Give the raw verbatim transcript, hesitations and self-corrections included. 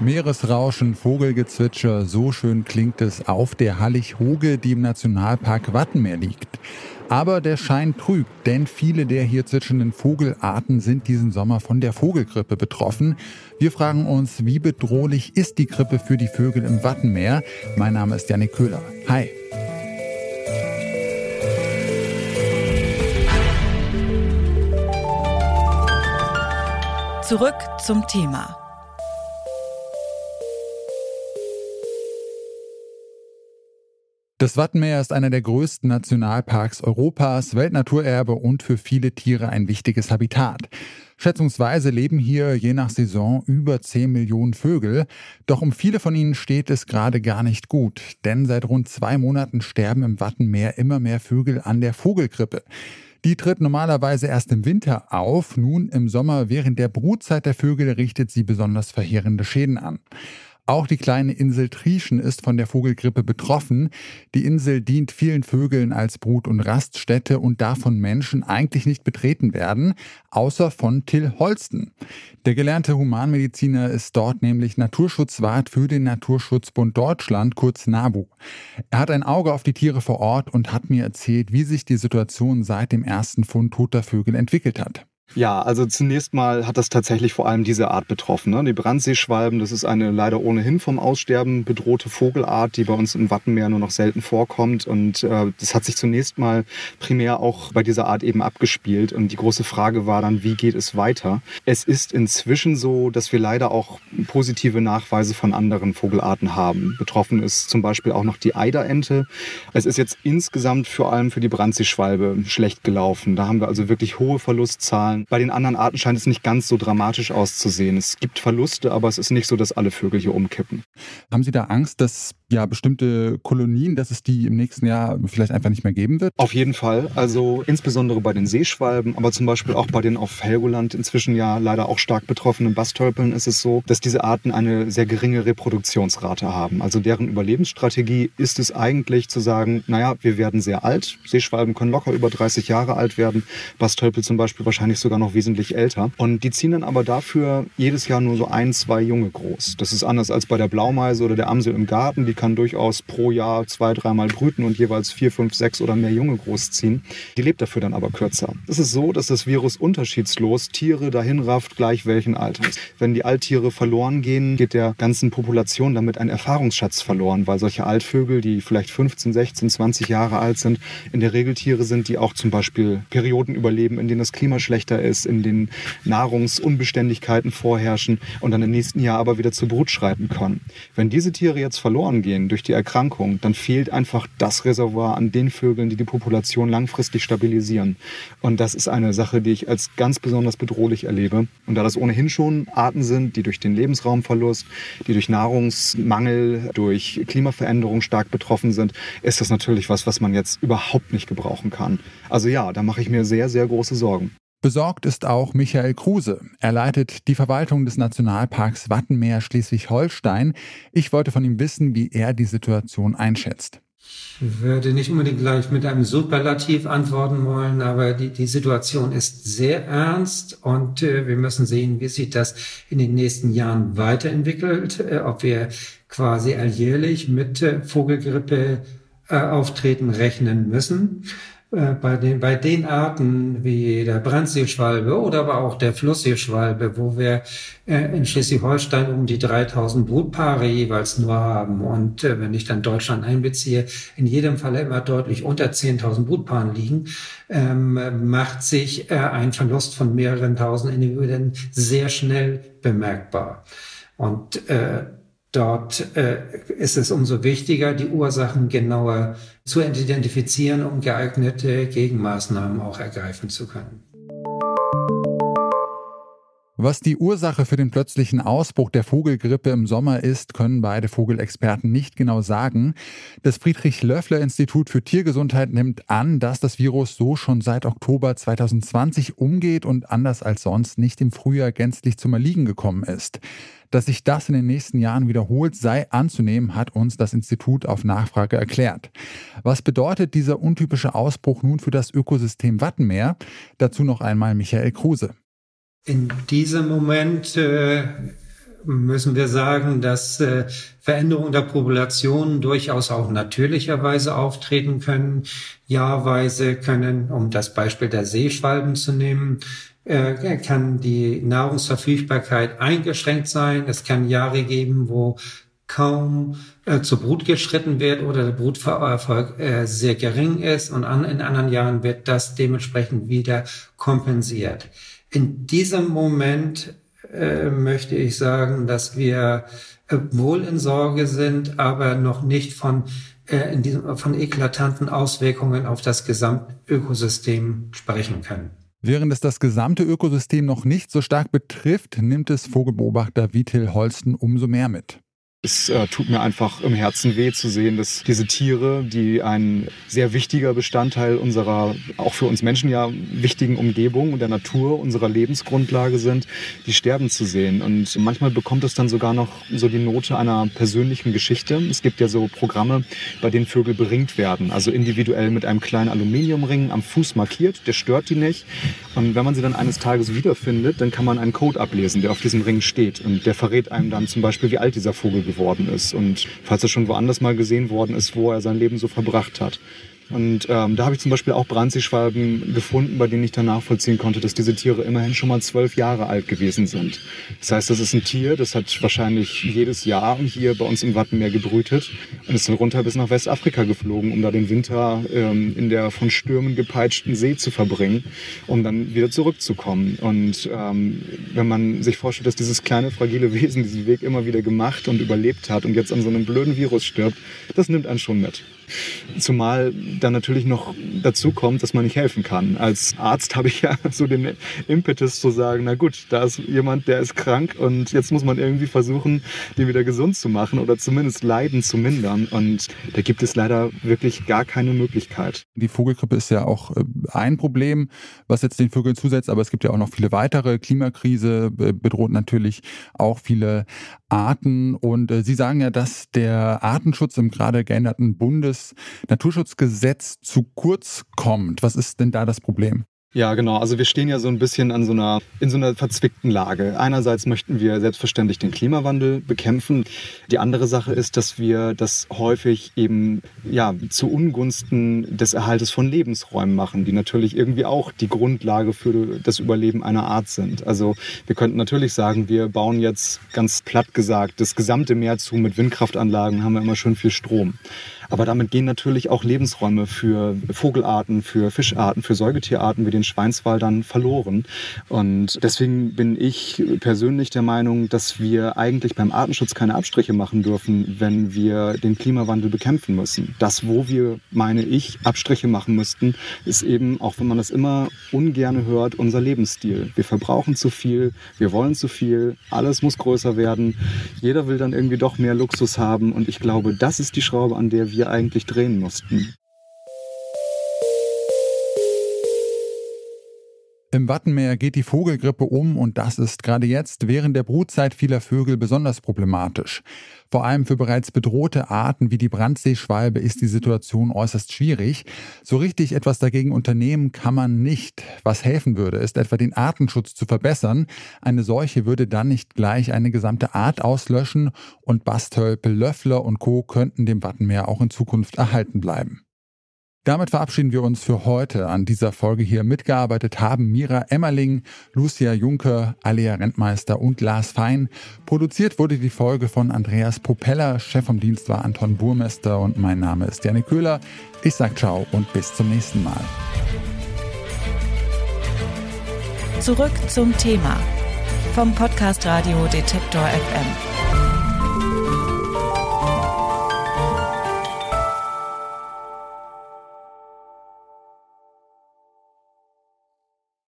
Meeresrauschen, Vogelgezwitscher, so schön klingt es auf der Hallig-Hoge, die im Nationalpark Wattenmeer liegt. Aber der Schein trügt, denn viele der hier zwitschernden Vogelarten sind diesen Sommer von der Vogelgrippe betroffen. Wir fragen uns, wie bedrohlich ist die Grippe für die Vögel im Wattenmeer? Mein Name ist Jannik Köhler. Hi. Zurück zum Thema. Das Wattenmeer ist einer der größten Nationalparks Europas, Weltnaturerbe und für viele Tiere ein wichtiges Habitat. Schätzungsweise leben hier je nach Saison über zehn Millionen Vögel. Doch um viele von ihnen steht es gerade gar nicht gut. Denn seit rund zwei Monaten sterben im Wattenmeer immer mehr Vögel an der Vogelgrippe. Die tritt normalerweise erst im Winter auf. Nun im Sommer während der Brutzeit der Vögel richtet sie besonders verheerende Schäden an. Auch die kleine Insel Trieschen ist von der Vogelgrippe betroffen. Die Insel dient vielen Vögeln als Brut- und Raststätte und darf von Menschen eigentlich nicht betreten werden, außer von Till Holsten. Der gelernte Humanmediziner ist dort nämlich Naturschutzwart für den Naturschutzbund Deutschland, kurz NABU. Er hat ein Auge auf die Tiere vor Ort und hat mir erzählt, wie sich die Situation seit dem ersten Fund toter Vögel entwickelt hat. Ja, also zunächst mal hat das tatsächlich vor allem diese Art betroffen. Ne? Die Brandseeschwalben, das ist eine leider ohnehin vom Aussterben bedrohte Vogelart, die bei uns im Wattenmeer nur noch selten vorkommt. Und äh, das hat sich zunächst mal primär auch bei dieser Art eben abgespielt. Und die große Frage war dann, wie geht es weiter? Es ist inzwischen so, dass wir leider auch positive Nachweise von anderen Vogelarten haben. Betroffen ist zum Beispiel auch noch die Eiderente. Es ist jetzt insgesamt vor allem für die Brandseeschwalbe schlecht gelaufen. Da haben wir also wirklich hohe Verlustzahlen. Bei den anderen Arten scheint es nicht ganz so dramatisch auszusehen. Es gibt Verluste, aber es ist nicht so, dass alle Vögel hier umkippen. Haben Sie da Angst, dass ja bestimmte Kolonien, dass es die im nächsten Jahr vielleicht einfach nicht mehr geben wird? Auf jeden Fall. Also insbesondere bei den Seeschwalben, aber zum Beispiel auch bei den auf Helgoland inzwischen ja leider auch stark betroffenen Bastörpeln ist es so, dass diese Arten eine sehr geringe Reproduktionsrate haben. Also deren Überlebensstrategie ist es eigentlich zu sagen, naja, wir werden sehr alt. Seeschwalben können locker über dreißig Jahre alt werden. Bastörpel zum Beispiel wahrscheinlich sogar noch wesentlich älter. Und die ziehen dann aber dafür jedes Jahr nur so ein, zwei Junge groß. Das ist anders als bei der Blaumeise oder der Amsel im Garten. Die kann durchaus pro Jahr zwei, dreimal brüten und jeweils vier, fünf, sechs oder mehr Junge großziehen. Die lebt dafür dann aber kürzer. Es ist so, dass das Virus unterschiedslos Tiere dahin rafft, gleich welchen Alters. Wenn die Alttiere verloren gehen, geht der ganzen Population damit ein Erfahrungsschatz verloren, weil solche Altvögel, die vielleicht fünfzehn, sechzehn, zwanzig Jahre alt sind, in der Regel Tiere sind, die auch zum Beispiel Perioden überleben, in denen das Klima schlechter ist, in denen Nahrungsunbeständigkeiten vorherrschen und dann im nächsten Jahr aber wieder zur Brut schreiten können. Wenn diese Tiere jetzt verloren gehen durch die Erkrankung, dann fehlt einfach das Reservoir an den Vögeln, die die Population langfristig stabilisieren. Und das ist eine Sache, die ich als ganz besonders bedrohlich erlebe. Und da das ohnehin schon Arten sind, die durch den Lebensraumverlust, die durch Nahrungsmangel, durch Klimaveränderung stark betroffen sind, ist das natürlich was, was man jetzt überhaupt nicht gebrauchen kann. Also ja, da mache ich mir sehr, sehr große Sorgen. Besorgt ist auch Michael Kruse. Er leitet die Verwaltung des Nationalparks Wattenmeer Schleswig-Holstein. Ich wollte von ihm wissen, wie er die Situation einschätzt. Ich würde nicht unbedingt gleich mit einem Superlativ antworten wollen, aber die, die Situation ist sehr ernst und äh, wir müssen sehen, wie sich das in den nächsten Jahren weiterentwickelt, äh, ob wir quasi alljährlich mit äh, Vogelgrippe äh, auftreten rechnen müssen. Bei den, bei den Arten wie der Brandseeschwalbe oder aber auch der Flussseeschwalbe, wo wir äh, in Schleswig-Holstein um die dreitausend Brutpaare jeweils nur haben und äh, wenn ich dann Deutschland einbeziehe, in jedem Fall immer deutlich unter zehntausend Brutpaaren liegen, ähm, macht sich äh, ein Verlust von mehreren tausend Individuen sehr schnell bemerkbar. Und äh, Dort äh, ist es umso wichtiger, die Ursachen genauer zu identifizieren, um geeignete Gegenmaßnahmen auch ergreifen zu können. Was die Ursache für den plötzlichen Ausbruch der Vogelgrippe im Sommer ist, können beide Vogelexperten nicht genau sagen. Das Friedrich-Loeffler-Institut für Tiergesundheit nimmt an, dass das Virus so schon seit Oktober zweitausendzwanzig umgeht und anders als sonst nicht im Frühjahr gänzlich zum Erliegen gekommen ist. Dass sich das in den nächsten Jahren wiederholt, sei anzunehmen, hat uns das Institut auf Nachfrage erklärt. Was bedeutet dieser untypische Ausbruch nun für das Ökosystem Wattenmeer? Dazu noch einmal Michael Kruse. In diesem Moment äh, müssen wir sagen, dass äh, Veränderungen der Population durchaus auch natürlicherweise auftreten können. Jahrweise können, um das Beispiel der Seeschwalben zu nehmen, äh, kann die Nahrungsverfügbarkeit eingeschränkt sein. Es kann Jahre geben, wo kaum äh, zur Brut geschritten wird oder der Bruterfolg äh, sehr gering ist, und an, in anderen Jahren wird das dementsprechend wieder kompensiert. In diesem Moment äh, möchte ich sagen, dass wir äh, wohl in Sorge sind, aber noch nicht von äh, in diesem, von eklatanten Auswirkungen auf das Gesamtökosystem sprechen können. Während es das gesamte Ökosystem noch nicht so stark betrifft, nimmt es Vogelbeobachter wie Till Holsten umso mehr mit. Es äh, tut mir einfach im Herzen weh zu sehen, dass diese Tiere, die ein sehr wichtiger Bestandteil unserer, auch für uns Menschen ja wichtigen Umgebung und der Natur, unserer Lebensgrundlage sind, die sterben zu sehen. Und manchmal bekommt es dann sogar noch so die Note einer persönlichen Geschichte. Es gibt ja so Programme, bei denen Vögel beringt werden, also individuell mit einem kleinen Aluminiumring am Fuß markiert, der stört die nicht. Und wenn man sie dann eines Tages wiederfindet, dann kann man einen Code ablesen, der auf diesem Ring steht. Und der verrät einem dann zum Beispiel, wie alt dieser Vogel geworden ist und falls er schon woanders mal gesehen worden ist, wo er sein Leben so verbracht hat. Und ähm, da habe ich zum Beispiel auch Brandseeschwalben gefunden, bei denen ich dann nachvollziehen konnte, dass diese Tiere immerhin schon mal zwölf Jahre alt gewesen sind. Das heißt, das ist ein Tier, das hat wahrscheinlich jedes Jahr hier bei uns im Wattenmeer gebrütet und ist dann runter bis nach Westafrika geflogen, um da den Winter ähm, in der von Stürmen gepeitschten See zu verbringen, um dann wieder zurückzukommen. Und ähm, wenn man sich vorstellt, dass dieses kleine, fragile Wesen diesen Weg immer wieder gemacht und überlebt hat und jetzt an so einem blöden Virus stirbt, das nimmt einen schon mit. Zumal dann natürlich noch dazu kommt, dass man nicht helfen kann. Als Arzt habe ich ja so den Impetus zu sagen, na gut, da ist jemand, der ist krank und jetzt muss man irgendwie versuchen, den wieder gesund zu machen oder zumindest Leiden zu mindern. Und da gibt es leider wirklich gar keine Möglichkeit. Die Vogelgrippe ist ja auch ein Problem, was jetzt den Vögeln zusetzt, aber es gibt ja auch noch viele weitere. Klimakrise bedroht natürlich auch viele Arten. Und Sie sagen ja, dass der Artenschutz im gerade geänderten Bundesnaturschutzgesetz zu kurz kommt. Was ist denn da das Problem? Ja, genau. Also wir stehen ja so ein bisschen an so einer, in so einer verzwickten Lage. Einerseits möchten wir selbstverständlich den Klimawandel bekämpfen. Die andere Sache ist, dass wir das häufig eben ja zu Ungunsten des Erhaltes von Lebensräumen machen, die natürlich irgendwie auch die Grundlage für das Überleben einer Art sind. Also wir könnten natürlich sagen, wir bauen jetzt ganz platt gesagt das gesamte Meer zu mit Windkraftanlagen, haben wir immer schön viel Strom. Aber damit gehen natürlich auch Lebensräume für Vogelarten, für Fischarten, für Säugetierarten wie den Schweinswal dann verloren. Und deswegen bin ich persönlich der Meinung, dass wir eigentlich beim Artenschutz keine Abstriche machen dürfen, wenn wir den Klimawandel bekämpfen müssen. Das, wo wir, meine ich, Abstriche machen müssten, ist eben, auch wenn man das immer ungern hört, unser Lebensstil. Wir verbrauchen zu viel, wir wollen zu viel, alles muss größer werden. Jeder will dann irgendwie doch mehr Luxus haben. Und ich glaube, das ist die Schraube, an der wir eigentlich drehen mussten. Im Wattenmeer geht die Vogelgrippe um und das ist gerade jetzt während der Brutzeit vieler Vögel besonders problematisch. Vor allem für bereits bedrohte Arten wie die Brandseeschwalbe ist die Situation äußerst schwierig. So richtig etwas dagegen unternehmen kann man nicht. Was helfen würde, ist etwa den Artenschutz zu verbessern. Eine Seuche würde dann nicht gleich eine gesamte Art auslöschen und Bastölpel, Löffler und Co. könnten dem Wattenmeer auch in Zukunft erhalten bleiben. Damit verabschieden wir uns für heute. An dieser Folge hier mitgearbeitet haben Mira Emmerling, Lucia Juncker, Alea Rentmeister und Lars Fein. Produziert wurde die Folge von Andreas Propeller, Chef vom Dienst war Anton Burmester und mein Name ist Janik Köhler. Ich sag ciao und bis zum nächsten Mal. Zurück zum Thema vom Podcast Radio Detektor F M.